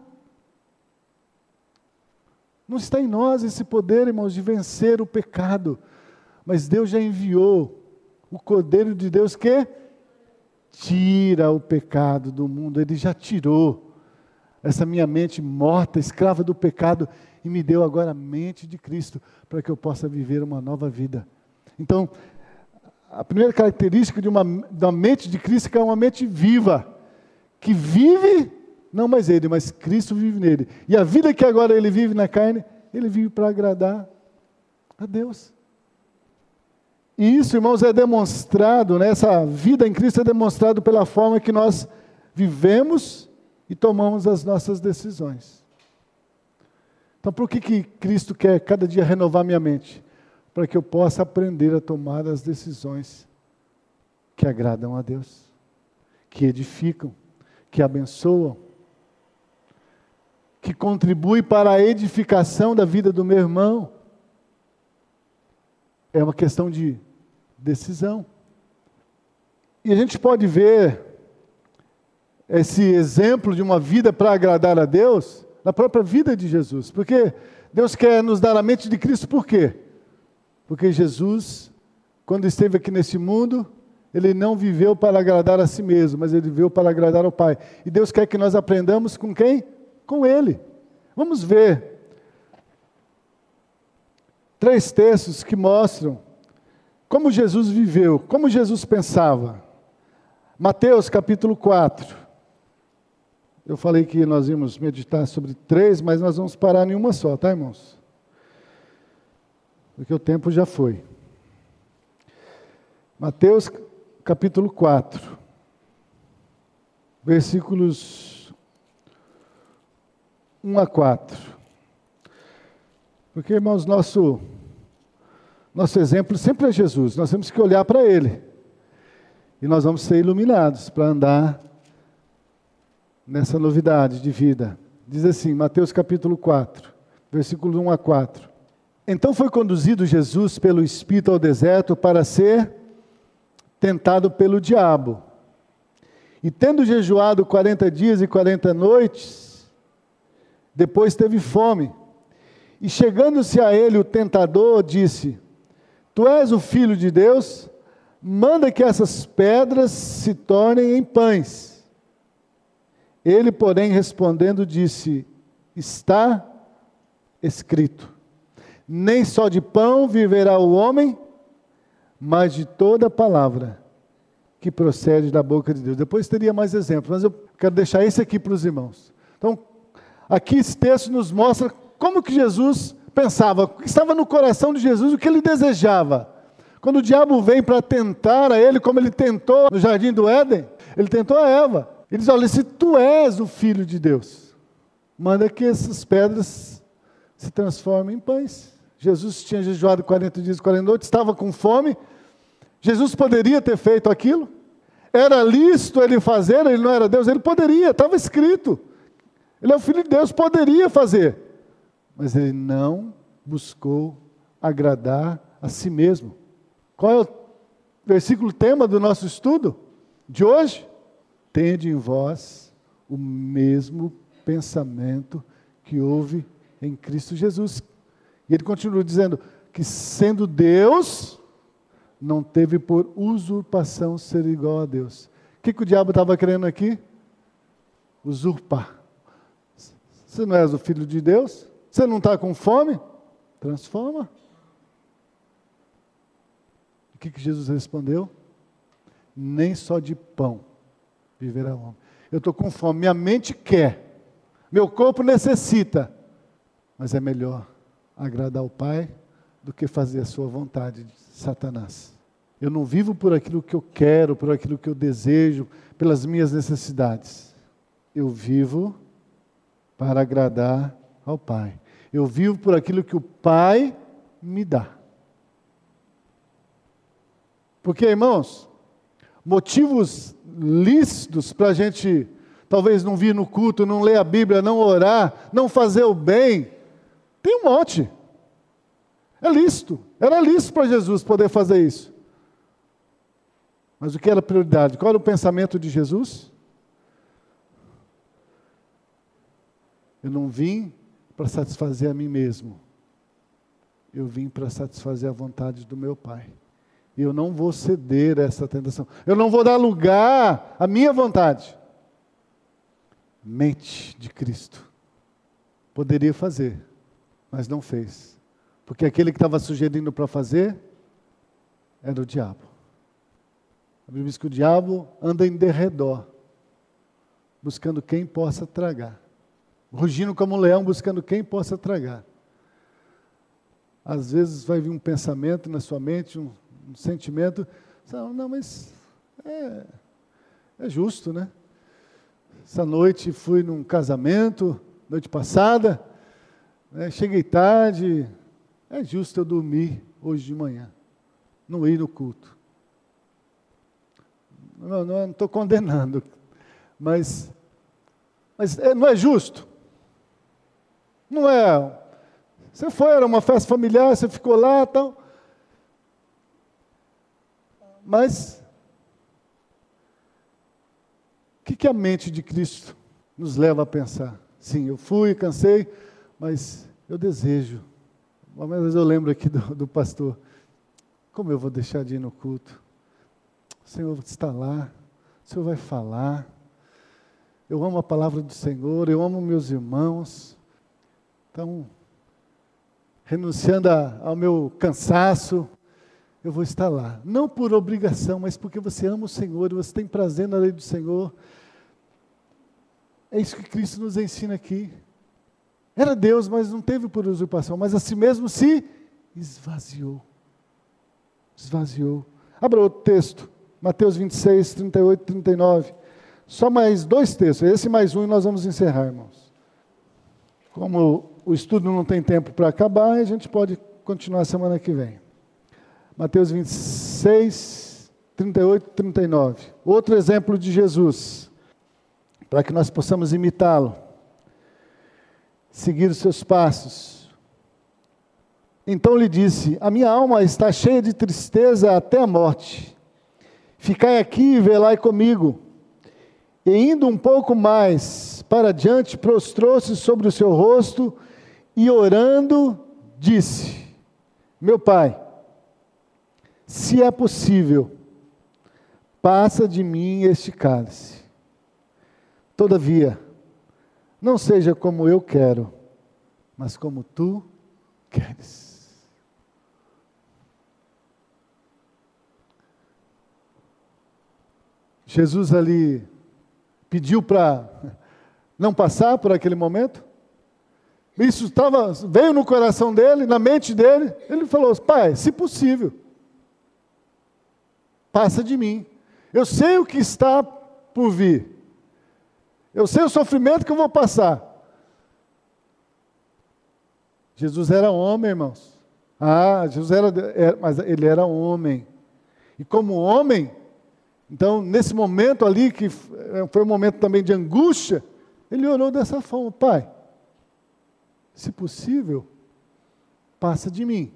Speaker 1: Não está em nós esse poder, irmãos, de vencer o pecado, mas Deus já enviou o Cordeiro de Deus que tira o pecado do mundo. Ele já tirou essa minha mente morta, escrava do pecado, e me deu agora a mente de Cristo, para que eu possa viver uma nova vida. Então, a primeira característica de uma, de uma mente de Cristo é que é uma mente viva, que vive, não mais ele, mas Cristo vive nele. E a vida que agora ele vive na carne, ele vive para agradar a Deus. E isso, irmãos, é demonstrado, né, essa vida em Cristo é demonstrado pela forma que nós vivemos e tomamos as nossas decisões. Então, por que que Cristo quer cada dia renovar minha mente? Para que eu possa aprender a tomar as decisões que agradam a Deus, que edificam, que abençoam, que contribuem para a edificação da vida do meu irmão. É uma questão de decisão. E a gente pode ver esse exemplo de uma vida para agradar a Deus na própria vida de Jesus. Porque Deus quer nos dar a mente de Cristo, por quê? Porque Jesus, quando esteve aqui nesse mundo, ele não viveu para agradar a si mesmo, mas ele viveu para agradar ao Pai. E Deus quer que nós aprendamos com quem? Com Ele. Vamos ver três textos que mostram como Jesus viveu, como Jesus pensava. Mateus capítulo quatro. Eu falei que nós íamos meditar sobre três, mas nós vamos parar em uma só, tá, irmãos? Porque o tempo já foi. Mateus capítulo quatro, versículos um a quatro. Porque, irmãos, nosso, nosso exemplo sempre é Jesus. Nós temos que olhar para Ele. E nós vamos ser iluminados para andar nessa novidade de vida. Diz assim, Mateus capítulo quatro, versículos um a quatro. Então foi conduzido Jesus pelo Espírito ao deserto para ser tentado pelo diabo. E tendo jejuado quarenta dias e quarenta noites, depois teve fome. E chegando-se a ele o tentador, disse, Tu és o Filho de Deus? Manda que essas pedras se tornem em pães. Ele, porém, respondendo, disse, Está escrito, nem só de pão viverá o homem, mas de toda palavra que procede da boca de Deus. Depois teria mais exemplos, mas eu quero deixar esse aqui para os irmãos. Então, aqui esse texto nos mostra como que Jesus pensava, o que estava no coração de Jesus, o que ele desejava. Quando o diabo vem para tentar a ele, como ele tentou no jardim do Éden, ele tentou a Eva. Ele diz, olha, se tu és o Filho de Deus, manda que essas pedras se transformem em pães. Jesus tinha jejuado quarenta dias e quarenta noites, estava com fome. Jesus poderia ter feito aquilo? Era lícito ele fazer, ele não era Deus? Ele poderia, estava escrito. Ele é o Filho de Deus, poderia fazer. Mas ele não buscou agradar a si mesmo. Qual é o versículo tema do nosso estudo de hoje? Tende em vós o mesmo pensamento que houve em Cristo Jesus. E ele continua dizendo que, sendo Deus, não teve por usurpação ser igual a Deus. O que, que o diabo estava querendo aqui? Usurpar. Você não és o Filho de Deus? Você não está com fome? Transforma. O que, que Jesus respondeu? Nem só de pão viverá o homem. Eu estou com fome, minha mente quer, meu corpo necessita, mas é melhor agradar o Pai do que fazer a sua vontade, Satanás. Eu não vivo por aquilo que eu quero, por aquilo que eu desejo, pelas minhas necessidades. Eu vivo para agradar ao Pai. Eu vivo por aquilo que o Pai me dá. Porque, irmãos, motivos lícitos para a gente talvez não vir no culto, não ler a Bíblia, não orar, não fazer o bem, tem um monte. É lícito. Era lícito para Jesus poder fazer isso. Mas o que era prioridade? Qual era o pensamento de Jesus? Eu não vim para satisfazer a mim mesmo. Eu vim para satisfazer a vontade do meu Pai. E eu não vou ceder a essa tentação. Eu não vou dar lugar à minha vontade. Mente de Cristo. Poderia fazer, mas não fez. Porque aquele que estava sugerindo para fazer era o diabo. A Bíblia diz que o diabo anda em derredor, buscando quem possa tragar. Rugindo como um leão, buscando quem possa tragar. Às vezes vai vir um pensamento na sua mente, um, um sentimento, não, não, mas é, é justo, né? Essa noite fui num casamento, noite passada, né, cheguei tarde, é justo eu dormir hoje de manhã, não ir no culto. Não, não estou condenando, mas, mas é, não é justo. Não é. Você foi, era uma festa familiar, você ficou lá e tal. Mas, o que, que a mente de Cristo nos leva a pensar? Sim, eu fui, cansei, mas eu desejo. Uma vez eu lembro aqui do, do pastor, como eu vou deixar de ir no culto? O Senhor está lá, o Senhor vai falar. Eu amo a palavra do Senhor, eu amo meus irmãos. Então, renunciando a, ao meu cansaço, eu vou estar lá. Não por obrigação, mas porque você ama o Senhor, você tem prazer na lei do Senhor. É isso que Cristo nos ensina aqui. Era Deus, mas não teve por usurpação, mas a si mesmo se esvaziou. Esvaziou. Abra outro texto, Mateus vinte e seis, trinta e oito, trinta e nove. Só mais dois textos, esse mais um e nós vamos encerrar, irmãos. Como o estudo não tem tempo para acabar, a gente pode continuar semana que vem. Mateus vinte e seis, trinta e oito, trinta e nove. Outro exemplo de Jesus, para que nós possamos imitá-lo, seguir os seus passos. Então lhe disse, a minha alma está cheia de tristeza até a morte. Ficai aqui e velai comigo. E indo um pouco mais para diante, prostrou-se sobre o seu rosto e orando, disse, meu Pai, se é possível, passa de mim este cálice. Todavia, não seja como eu quero, mas como tu queres. Jesus ali pediu para não passar por aquele momento. Isso estava, veio no coração dele, na mente dele. Ele falou, Pai, se possível, passa de mim. Eu sei o que está por vir. Eu sei o sofrimento que eu vou passar. Jesus era homem, irmãos. Ah, Jesus era, era, mas ele era homem. E como homem, então, nesse momento ali, que foi um momento também de angústia, ele orou dessa forma: Pai, se possível, passa de mim.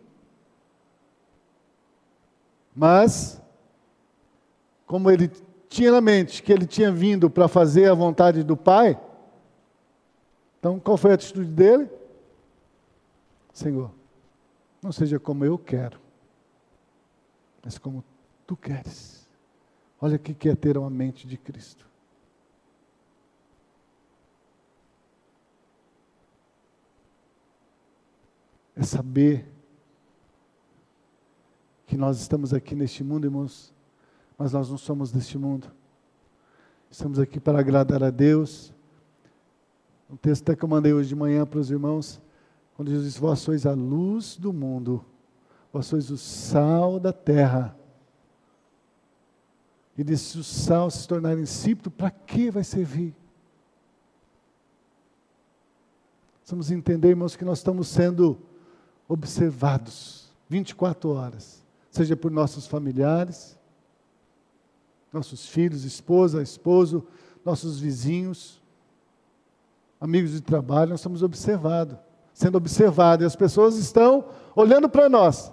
Speaker 1: Mas, como ele tinha na mente que ele tinha vindo para fazer a vontade do Pai, então qual foi a atitude dele? Senhor, não seja como eu quero, mas como tu queres. Olha o que é ter uma mente de Cristo. É saber que nós estamos aqui neste mundo, irmãos, mas nós não somos deste mundo. Estamos aqui para agradar a Deus. Um texto até que eu mandei hoje de manhã para os irmãos, quando Jesus disse: vós sois a luz do mundo, vós sois o sal da terra. E disse: se o sal se tornar insípido, para que vai servir? Precisamos entender, irmãos, que nós estamos sendo observados vinte e quatro horas, seja por nossos familiares, nossos filhos, esposa, esposo, nossos vizinhos, amigos de trabalho. Nós estamos observados, sendo observados, e as pessoas estão olhando para nós.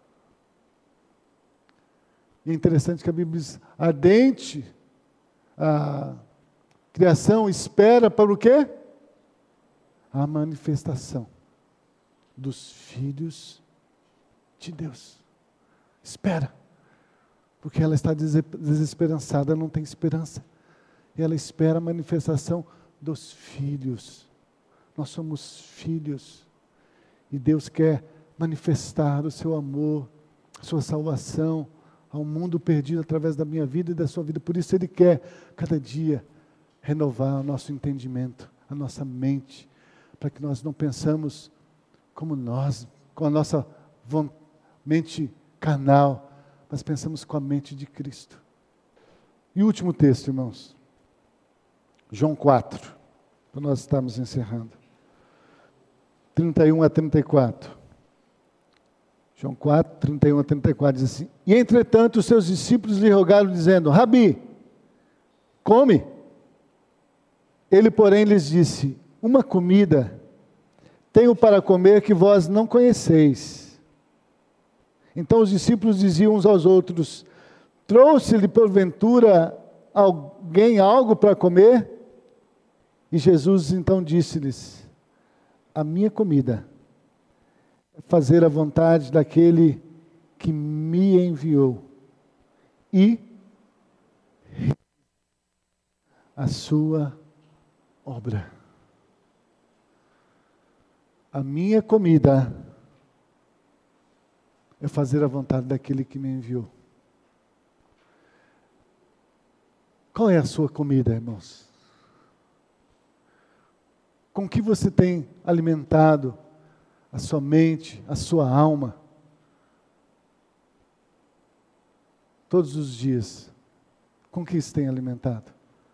Speaker 1: E é interessante que a Bíblia diz: ardente, a criação espera para o quê? A manifestação dos filhos de Deus. Espera, porque ela está desesperançada, não tem esperança. E ela espera a manifestação dos filhos. Nós somos filhos. E Deus quer manifestar o seu amor, a sua salvação ao mundo perdido através da minha vida e da sua vida. Por isso Ele quer, cada dia, renovar o nosso entendimento, a nossa mente, para que nós não pensamos como nós, com a nossa mente carnal, mas pensamos com a mente de Cristo. E o último texto, irmãos, João quatro, para nós estarmos encerrando, trinta e um a trinta e quatro. João quatro, trinta e um a trinta e quatro, diz assim: e entretanto os seus discípulos lhe rogaram, dizendo: Rabi, come. Ele, porém, lhes disse: uma comida tenho para comer que vós não conheceis. Então os discípulos diziam uns aos outros: trouxe-lhe porventura alguém algo para comer? E Jesus então disse-lhes: a minha comida é fazer a vontade daquele que me enviou e a sua obra. A minha comida é fazer a vontade daquele que me enviou. Qual é a sua comida, irmãos? Com que você tem alimentado a sua mente, a sua alma? Todos os dias. Com que isso tem alimentado?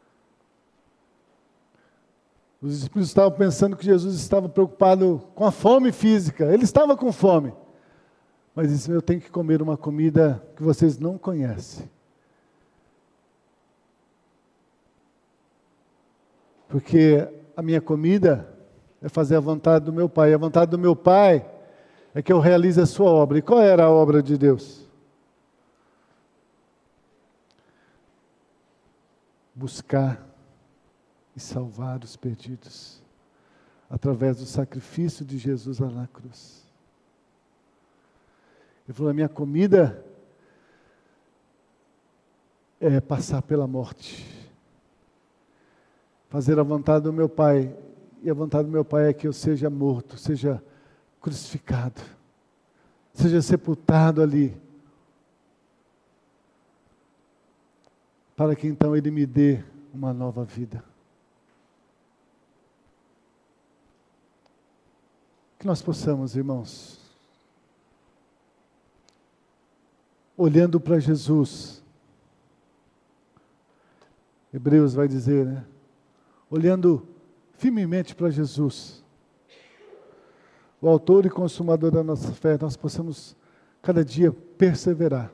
Speaker 1: Os discípulos estavam pensando que Jesus estava preocupado com a fome física. Ele estava com fome. Mas disse: eu tenho que comer uma comida que vocês não conhecem. Porque a minha comida é fazer a vontade do meu Pai. E a vontade do meu Pai é que eu realize a sua obra. E qual era a obra de Deus? Buscar e salvar os perdidos, através do sacrifício de Jesus lá na cruz. Ele falou: a minha comida é passar pela morte, fazer a vontade do meu Pai. E a vontade do meu Pai é que eu seja morto, seja crucificado, seja sepultado ali, para que então Ele me dê uma nova vida. Que nós possamos, irmãos, olhando para Jesus, Hebreus vai dizer, né? Olhando firmemente para Jesus, o autor e consumador da nossa fé, nós possamos cada dia perseverar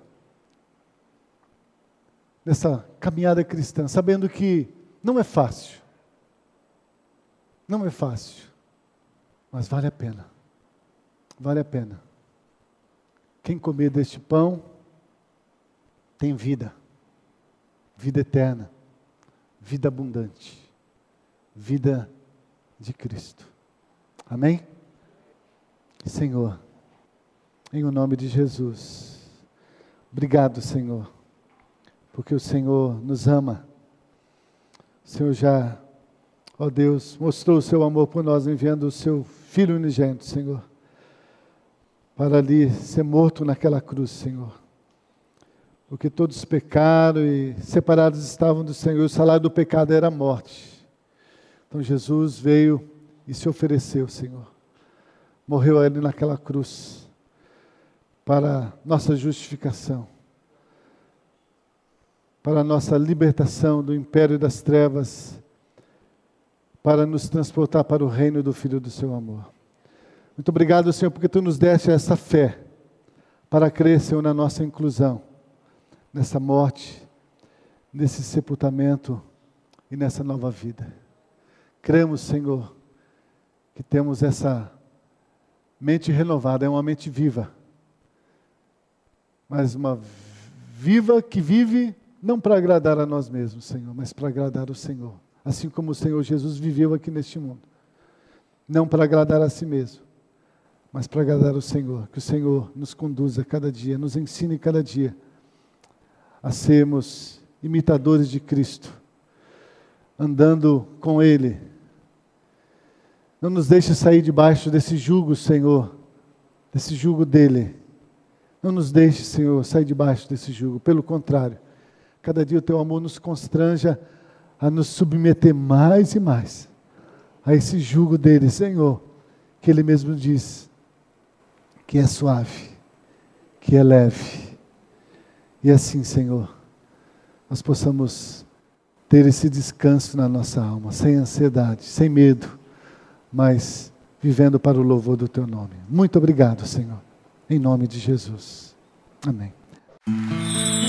Speaker 1: nessa caminhada cristã, sabendo que não é fácil, não é fácil, mas vale a pena, vale a pena. Quem comer deste pão tem vida, vida eterna, vida abundante, vida de Cristo. Amém? Senhor, em o nome de Jesus, obrigado, Senhor, porque o Senhor nos ama. O Senhor já, ó Deus, mostrou o seu amor por nós, enviando o seu Filho unigênito, Senhor, para ali ser morto naquela cruz, Senhor. Porque todos pecaram e separados estavam do Senhor, o salário do pecado era a morte. Então Jesus veio e se ofereceu, Senhor. Morreu ali naquela cruz, para nossa justificação, para a nossa libertação do império das trevas, para nos transportar para o reino do Filho do seu amor. Muito obrigado, Senhor, porque Tu nos deste essa fé, para crer, Senhor, na nossa inclusão, nessa morte, nesse sepultamento e nessa nova vida. Cremos, Senhor, que temos essa mente renovada, é uma mente viva, mas uma viva que vive não para agradar a nós mesmos, Senhor, mas para agradar o Senhor, assim como o Senhor Jesus viveu aqui neste mundo, não para agradar a si mesmo, mas para agradar o Senhor. Que o Senhor nos conduza cada dia, nos ensine cada dia a sermos imitadores de Cristo, andando com Ele. Não nos deixe sair debaixo desse jugo, Senhor, desse jugo dEle. Não nos deixe, Senhor, sair debaixo desse jugo. Pelo contrário, cada dia o Teu amor nos constranja a nos submeter mais e mais a esse jugo dEle, Senhor, que Ele mesmo diz que é suave, que é leve. E assim, Senhor, nós possamos ter esse descanso na nossa alma, sem ansiedade, sem medo, mas vivendo para o louvor do Teu nome. Muito obrigado, Senhor, em nome de Jesus. Amém.